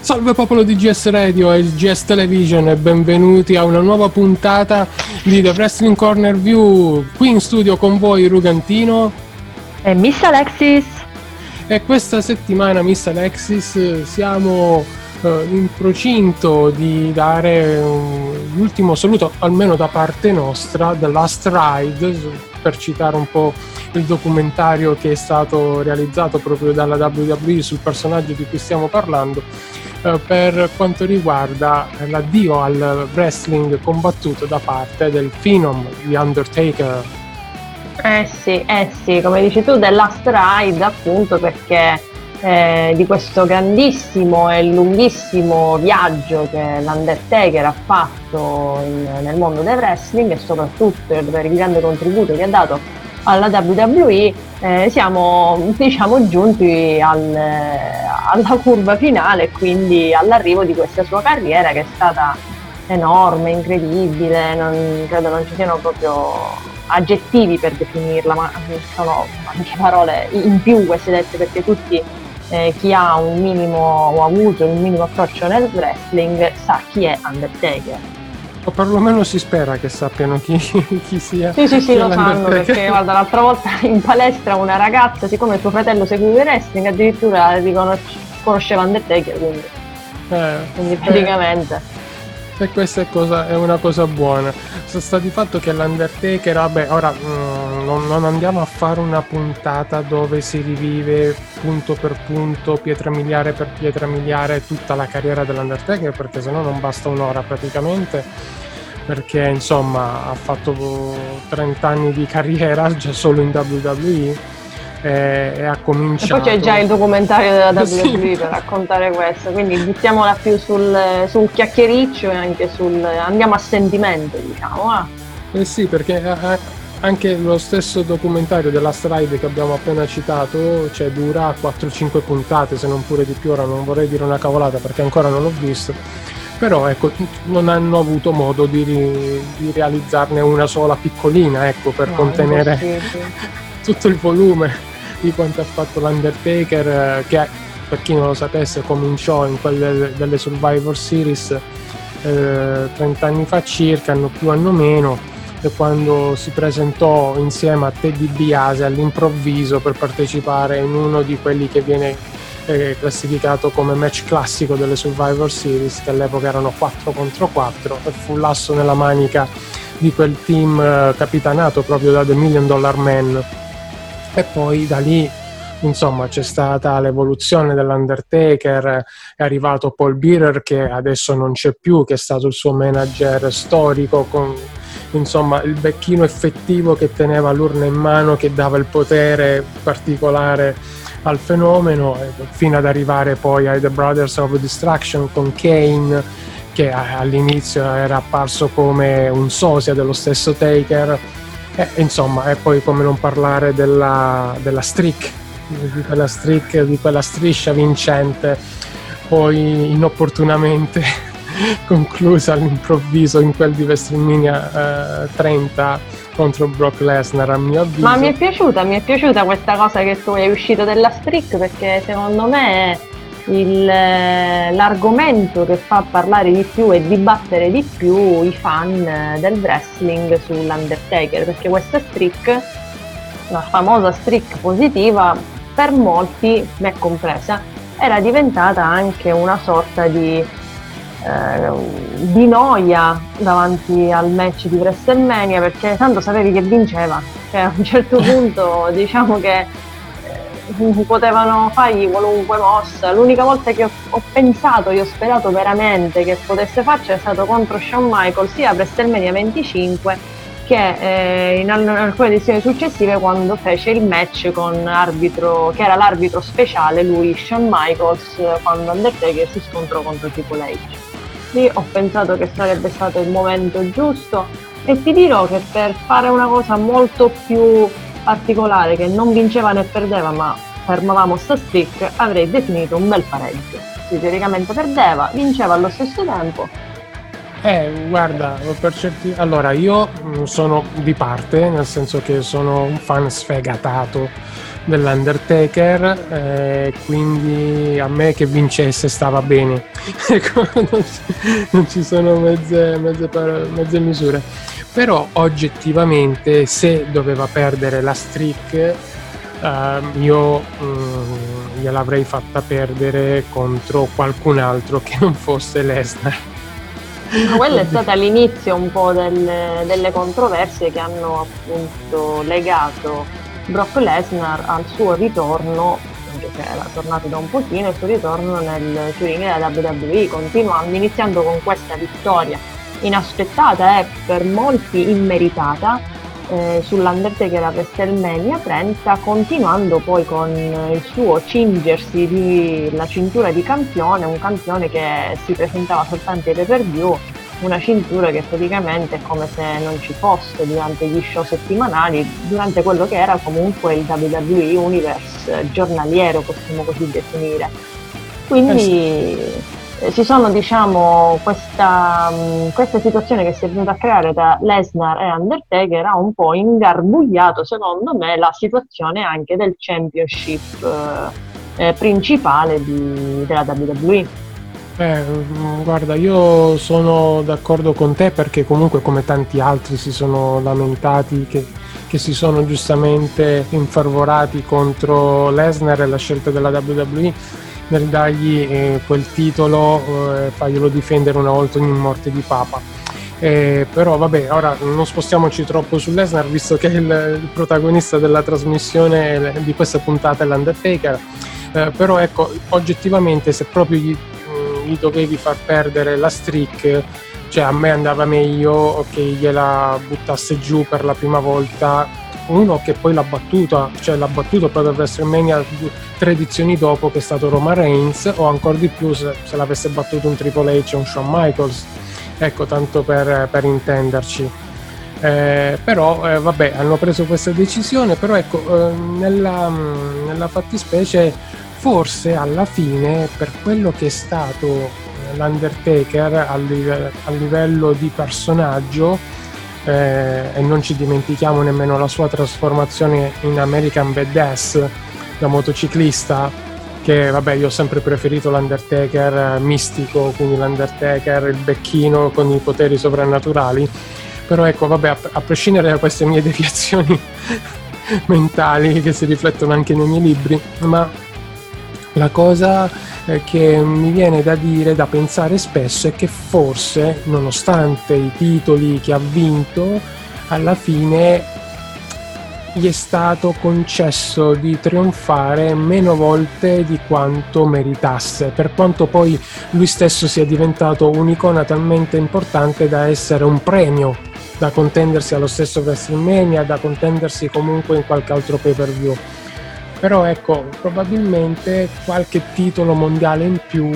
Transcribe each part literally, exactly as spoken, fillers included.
Salve popolo di G S Radio e G S Television e benvenuti a una nuova puntata di The Wrestling Corner View. Qui in studio con voi Rugantino e Miss Alexis. E questa settimana, Miss Alexis, siamo eh, in procinto di dare un, l'ultimo saluto, almeno da parte nostra, The Last Ride, per citare un po' il documentario che è stato realizzato proprio dalla W W E sul personaggio di cui stiamo parlando, eh, per quanto riguarda l'addio al wrestling combattuto da parte del Phenom di Undertaker. Eh sì, eh sì, come dici tu, The Last Ride, appunto perché eh, di questo grandissimo e lunghissimo viaggio che l'Undertaker ha fatto in, nel mondo del wrestling e soprattutto per il grande contributo che ha dato alla W W E, eh, siamo diciamo giunti al, alla curva finale, quindi all'arrivo di questa sua carriera che è stata enorme, incredibile, non, credo non ci siano proprio aggettivi per definirla, ma sono anche parole in più queste dette, perché tutti eh, chi ha un minimo o avuto un minimo approccio nel wrestling sa chi è Undertaker. O perlomeno si spera che sappiano chi, chi sia. Sì, sì, sì, lo sanno, perché guarda, l'altra volta in palestra una ragazza, siccome suo fratello seguiva il wrestling, addirittura riconosce, conosceva Undertaker, quindi, eh, quindi praticamente... E questa è, cosa, è una cosa buona. Sta di fatto che l'Undertaker, vabbè, ora mm, non, non andiamo a fare una puntata dove si rivive punto per punto, pietra miliare per pietra miliare, tutta la carriera dell'Undertaker, perché sennò non basta un'ora praticamente, perché insomma ha fatto trenta anni di carriera già solo in W W E. E, e ha cominciato. E poi c'è già il documentario della W W E sì. per raccontare questo, quindi buttiamola più sul, sul chiacchiericcio e anche sul andiamo a sentimento, diciamo. Ah. Eh sì, perché anche lo stesso documentario della Stride che abbiamo appena citato, cioè dura quattro cinque puntate, se non pure di più. Ora non vorrei dire una cavolata perché ancora non l'ho visto, però ecco, non hanno avuto modo di, di realizzarne una sola piccolina, ecco, per no, contenere tutto il volume di quanto ha fatto l'Undertaker, che per chi non lo sapesse cominciò in quelle delle Survivor Series eh, trenta anni fa circa, anno più anno meno, e quando si presentò insieme a Teddy DiBiase all'improvviso per partecipare in uno di quelli che viene eh, classificato come match classico delle Survivor Series, che all'epoca erano quattro contro quattro, e fu l'asso nella manica di quel team eh, capitanato proprio da The Million Dollar Man. E poi da lì insomma c'è stata l'evoluzione dell'Undertaker, è arrivato Paul Bearer che adesso non c'è più, che è stato il suo manager storico, con insomma il becchino effettivo che teneva l'urna in mano, che dava il potere particolare al fenomeno, fino ad arrivare poi ai The Brothers of Destruction con Kane, che all'inizio era apparso come un sosia dello stesso Taker. Eh, insomma, e poi come non parlare della, della streak, di quella streak, di quella striscia vincente, poi inopportunamente conclusa all'improvviso in quel di WrestleMania eh, trenta contro Brock Lesnar, a mio avviso. Ma mi è piaciuta, mi è piaciuta questa cosa che tu hai uscito della streak, perché secondo me il, l'argomento che fa parlare di più e dibattere di più i fan del wrestling sull'Undertaker, perché questa streak, la famosa streak positiva, per molti, me compresa, era diventata anche una sorta di, eh, di noia davanti al match di WrestleMania, perché tanto sapevi che vinceva, cioè a un certo punto diciamo che potevano fargli qualunque mossa. L'unica volta che ho, ho pensato e ho sperato veramente che potesse farci è stato contro Shawn Michaels, sia a WrestleMania venticinque che eh, in, in alcune edizioni successive, quando fece il match con arbitro, che era l'arbitro speciale, lui, Shawn Michaels, quando Undertaker si scontrò contro Triple H. Lì ho pensato che sarebbe stato il momento giusto, e ti dirò che per fare una cosa molto più particolare, che non vinceva né perdeva ma fermavamo sta streak, avrei definito un bel pareggio. Si teoricamente perdeva, vinceva allo stesso tempo. Eh, guarda, per certi... allora io sono di parte, nel senso che sono un fan sfegatato dell'Undertaker, eh, quindi a me che vincesse stava bene. Ecco, non, ci, non ci sono mezze, mezze, mezze misure, però oggettivamente se doveva perdere la streak, Uh, io um, gliel'avrei fatta perdere contro qualcun altro che non fosse Lesnar. Ma quella è stata l'inizio un po' delle, delle controversie che hanno appunto legato Brock Lesnar al suo ritorno, che era tornato da un pochino, il suo ritorno nel suo ring della W W E, continuando, iniziando con questa vittoria inaspettata e per molti immeritata Eh, sull'Undertaker a WrestleMania trenta, continuando poi con il suo cingersi di la cintura di campione, un campione che si presentava soltanto ai pay-per-view, una cintura che praticamente è come se non ci fosse durante gli show settimanali, durante quello che era comunque il W W E Universe giornaliero, possiamo così definire. Quindi eh si sono, diciamo, questa, questa situazione che si è venuta a creare tra Lesnar e Undertaker ha un po' ingarbugliato, secondo me, la situazione anche del championship eh, principale di, della W W E. Eh, guarda, io sono d'accordo con te, perché comunque come tanti altri si sono lamentati che, che si sono giustamente infervorati contro Lesnar e la scelta della W W E nel dargli eh, quel titolo, eh, farglielo difendere una volta ogni morte di papa. Eh, però vabbè, ora non spostiamoci troppo su Lesnar, visto che il, il protagonista della trasmissione di questa puntata è l'Undertaker. Eh, però ecco, oggettivamente se proprio gli, gli dovevi far perdere la streak, cioè a me andava meglio che gliela buttasse giù per la prima volta uno che poi l'ha battuta, cioè l'ha battuto proprio per WrestleMania tre edizioni dopo, che è stato Roman Reigns, o ancora di più se, se l'avesse battuto un Triple H o un Shawn Michaels, ecco, tanto per, per intenderci. Eh, però eh, vabbè, hanno preso questa decisione, però ecco, eh, nella, nella fattispecie forse alla fine, per quello che è stato l'Undertaker a livello, a livello di personaggio, Eh, e non ci dimentichiamo nemmeno la sua trasformazione in American Badass da motociclista, che vabbè, io ho sempre preferito l'Undertaker mistico, quindi l'Undertaker, il becchino con i poteri sovrannaturali, però ecco, vabbè, a, a prescindere da queste mie deviazioni mentali che si riflettono anche nei miei libri, ma la cosa che mi viene da dire, da pensare spesso, è che forse, nonostante i titoli che ha vinto, alla fine gli è stato concesso di trionfare meno volte di quanto meritasse, per quanto poi lui stesso sia diventato un'icona talmente importante da essere un premio, da contendersi allo stesso WrestleMania, da contendersi comunque in qualche altro pay-per-view. Però ecco, probabilmente qualche titolo mondiale in più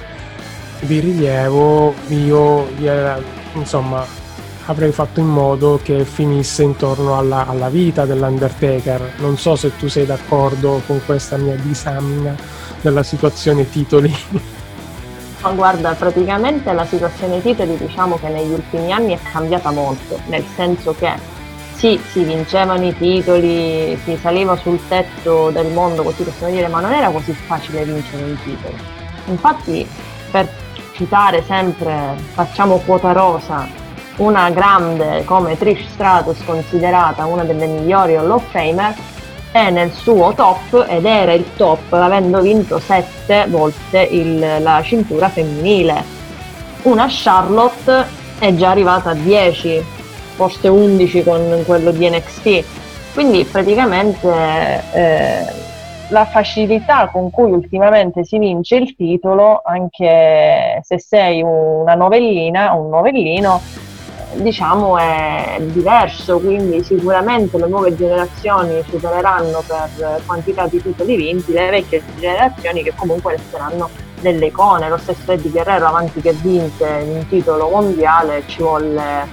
di rilievo io insomma avrei fatto in modo che finisse intorno alla, alla vita dell'Undertaker. Non so se tu sei d'accordo con questa mia disamina della situazione titoli. Ma guarda, praticamente la situazione titoli, diciamo che negli ultimi anni è cambiata molto, nel senso che sì, si vincevano i titoli, si saliva sul tetto del mondo, così possiamo dire, ma non era così facile vincere un titolo. Infatti, per citare sempre, facciamo quota rosa, una grande come Trish Stratus, considerata una delle migliori Hall of Famer, è nel suo top, ed era il top, avendo vinto sette volte il, la cintura femminile. Una Charlotte è già arrivata a dieci, forse undici con quello di N X T, quindi praticamente eh, la facilità con cui ultimamente si vince il titolo, anche se sei una novellina, un novellino, diciamo è diverso, quindi sicuramente le nuove generazioni supereranno per quantità di titoli vinti le vecchie generazioni, che comunque resteranno delle icone. Lo stesso Eddie Guerrero, avanti che vinse un titolo mondiale, ci volle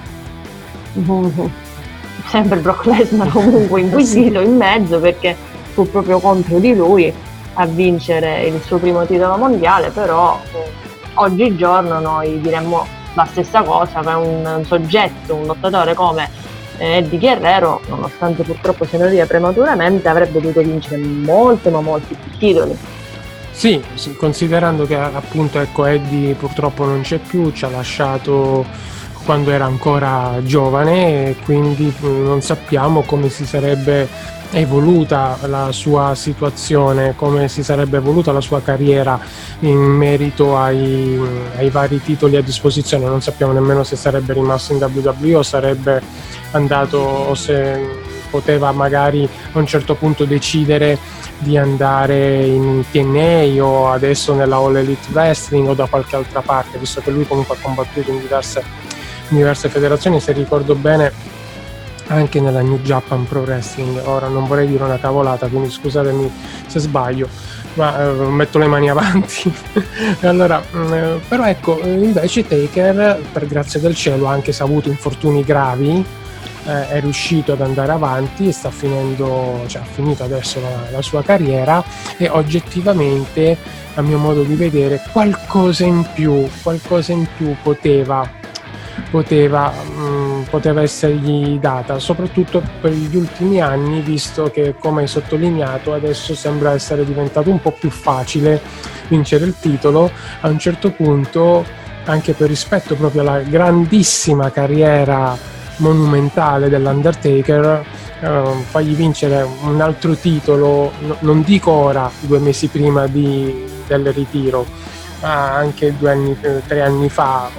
sempre Brock Lesnar comunque inquisito in mezzo, perché fu proprio contro di lui a vincere il suo primo titolo mondiale. Però eh, oggigiorno noi diremmo la stessa cosa per un soggetto, un lottatore come Eddie Guerrero, nonostante purtroppo se ne arriva prematuramente, avrebbe dovuto vincere molto ma molti più titoli. Sì, sì, considerando che appunto ecco Eddie purtroppo non c'è più, ci ha lasciato quando era ancora giovane e quindi non sappiamo come si sarebbe evoluta la sua situazione, come si sarebbe evoluta la sua carriera in merito ai, ai vari titoli a disposizione. Non sappiamo nemmeno se sarebbe rimasto in W W E o sarebbe andato, o se poteva magari a un certo punto decidere di andare in T N A o adesso nella All Elite Wrestling o da qualche altra parte, visto che lui comunque ha combattuto in diverse, in diverse federazioni, se ricordo bene anche nella New Japan Pro Wrestling. Ora non vorrei dire una cavolata, quindi scusatemi se sbaglio, ma eh, metto le mani avanti. Allora, eh, però ecco, invece Taker, per grazia del cielo, anche se ha avuto infortuni gravi, eh, è riuscito ad andare avanti e sta finendo, cioè ha finito adesso la, la sua carriera, e oggettivamente, a mio modo di vedere, qualcosa in più, qualcosa in più poteva poteva, mh, poteva essergli data, soprattutto per gli ultimi anni, visto che, come hai sottolineato, adesso sembra essere diventato un po' più facile vincere il titolo. A un certo punto, anche per rispetto proprio alla grandissima carriera monumentale dell'Undertaker, eh, fagli vincere un altro titolo, no, non dico ora, due mesi prima di, del ritiro, ma anche due anni, tre anni fa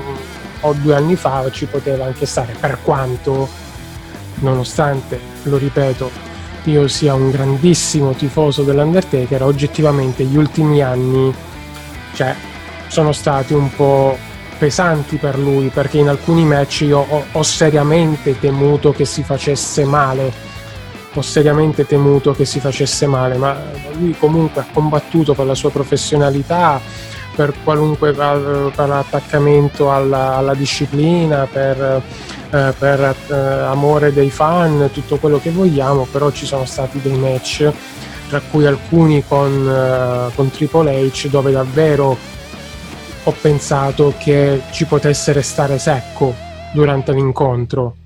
o due anni fa ci poteva anche stare, per quanto, nonostante, lo ripeto, io sia un grandissimo tifoso dell'Undertaker, oggettivamente gli ultimi anni, cioè, sono stati un po' pesanti per lui, perché in alcuni match io ho, ho seriamente temuto che si facesse male ho seriamente temuto che si facesse male, ma lui comunque ha combattuto per la sua professionalità, per qualunque per l'attaccamento alla, alla disciplina, per, eh, per eh, amore dei fan, tutto quello che vogliamo, però ci sono stati dei match, tra cui alcuni con, eh, con Triple H, dove davvero ho pensato che ci potesse restare secco durante l'incontro.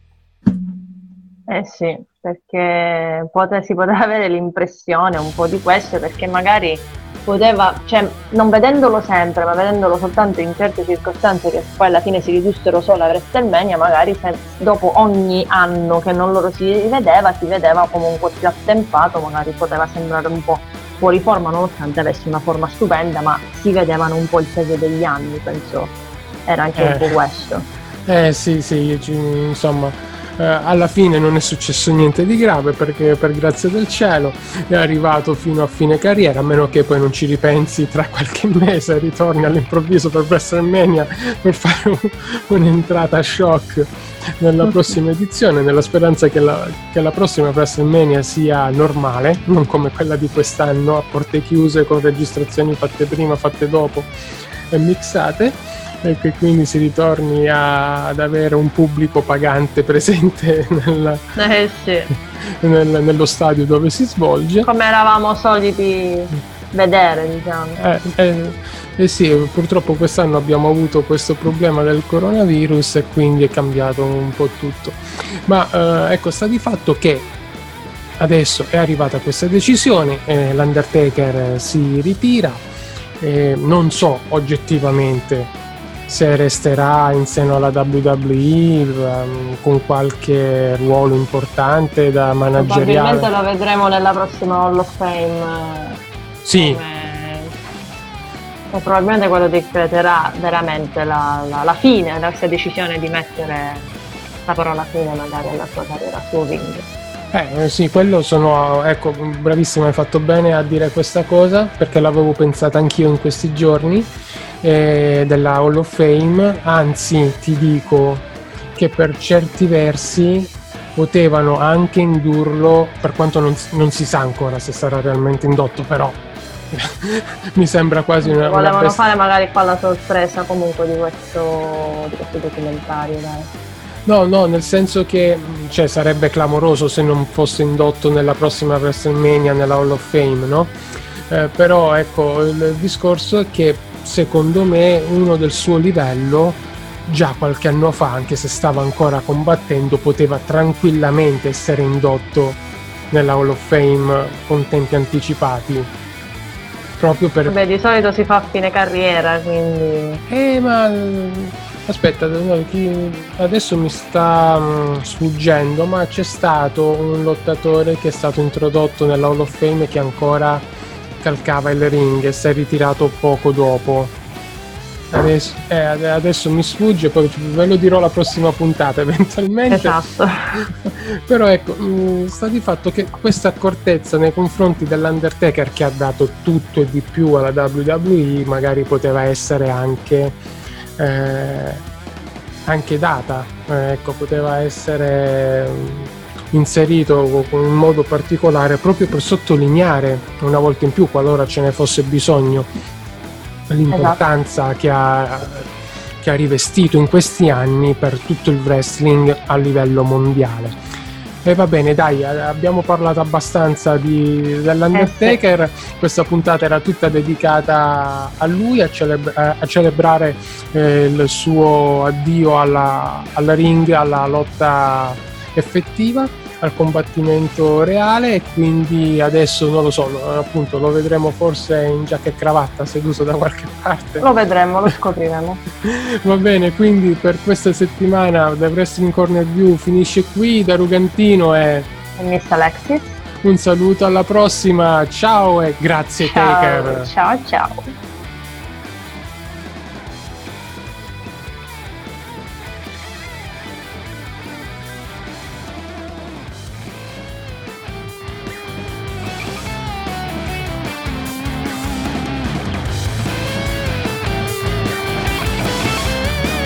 Eh sì, perché pote- si poteva avere l'impressione un po' di questo, perché magari poteva, cioè non vedendolo sempre, ma vedendolo soltanto in certe circostanze che poi alla fine si ridussero solo a WrestleMania, magari se, dopo ogni anno che non loro si rivedeva, si vedeva comunque più attempato, magari poteva sembrare un po' fuori forma, nonostante avesse una forma stupenda, ma si vedevano un po' il peso degli anni, penso era anche eh, un po' questo. Eh sì, sì, insomma... Uh, alla fine non è successo niente di grave, perché per grazia del cielo è arrivato fino a fine carriera, a meno che poi non ci ripensi tra qualche mese e ritorni all'improvviso per WrestleMania per fare un, un'entrata shock nella prossima edizione, nella speranza che la, che la prossima WrestleMania sia normale, non come quella di quest'anno, a porte chiuse, con registrazioni fatte prima, fatte dopo e mixate, e che quindi si ritorni a, ad avere un pubblico pagante presente nella, eh sì. nel, nello stadio dove si svolge, come eravamo soliti vedere, diciamo. Eh, eh, eh sì, purtroppo quest'anno abbiamo avuto questo problema del coronavirus e quindi è cambiato un po' tutto, ma eh, ecco, sta di fatto che adesso è arrivata questa decisione, eh, l'Undertaker si ritira, eh, non so oggettivamente se resterà in seno alla W W E um, con qualche ruolo importante da manageriale. Probabilmente lo vedremo nella prossima Hall of Fame. Sì. Come... e probabilmente quello decreterà veramente la, la, la fine, la questa decisione di mettere la parola fine magari alla sua carriera su ring. Eh sì, quello sono, ecco, bravissimo, hai fatto bene a dire questa cosa, perché l'avevo pensata anch'io in questi giorni, eh, della Hall of Fame. Anzi, ti dico che per certi versi potevano anche indurlo, per quanto non, non si sa ancora se sarà realmente indotto, però mi sembra quasi una... volevano una best... fare magari qua la sorpresa comunque di questo, di questo documentario, dai. No, no, nel senso che, cioè, sarebbe clamoroso se non fosse indotto nella prossima WrestleMania, nella Hall of Fame, no? Eh, però ecco, il discorso è che secondo me uno del suo livello già qualche anno fa, anche se stava ancora combattendo, poteva tranquillamente essere indotto nella Hall of Fame con tempi anticipati, proprio per... Beh, di solito si fa a fine carriera, quindi... Eh, ma... Aspetta, adesso mi sta um, sfuggendo, ma c'è stato un lottatore che è stato introdotto nella Hall of Fame che ancora calcava il ring e si è ritirato poco dopo. Adesso, eh, adesso mi sfugge, poi ve lo dirò la prossima puntata eventualmente. Esatto. Però ecco, mh, sta di fatto che questa accortezza nei confronti dell'Undertaker, che ha dato tutto e di più alla W W E, magari poteva essere anche Eh, anche data, eh, ecco, poteva essere inserito in modo particolare proprio per sottolineare una volta in più, qualora ce ne fosse bisogno, l'importanza esatto. che ha, che ha rivestito in questi anni per tutto il wrestling a livello mondiale. E va bene, dai, abbiamo parlato abbastanza di, dell'Undertaker, eh sì. Questa puntata era tutta dedicata a lui, a, celebra- a celebrare eh, il suo addio alla, alla ring, alla lotta effettiva, al combattimento reale, e quindi adesso non lo so, appunto lo vedremo forse in giacca e cravatta seduto da qualche parte. Lo vedremo, lo scopriremo. Va bene, quindi per questa settimana The Wrestling Corner View finisce qui. Da Rugantino e Miss Alexis, un saluto, alla prossima, ciao e grazie ciao, Taker. Ciao ciao.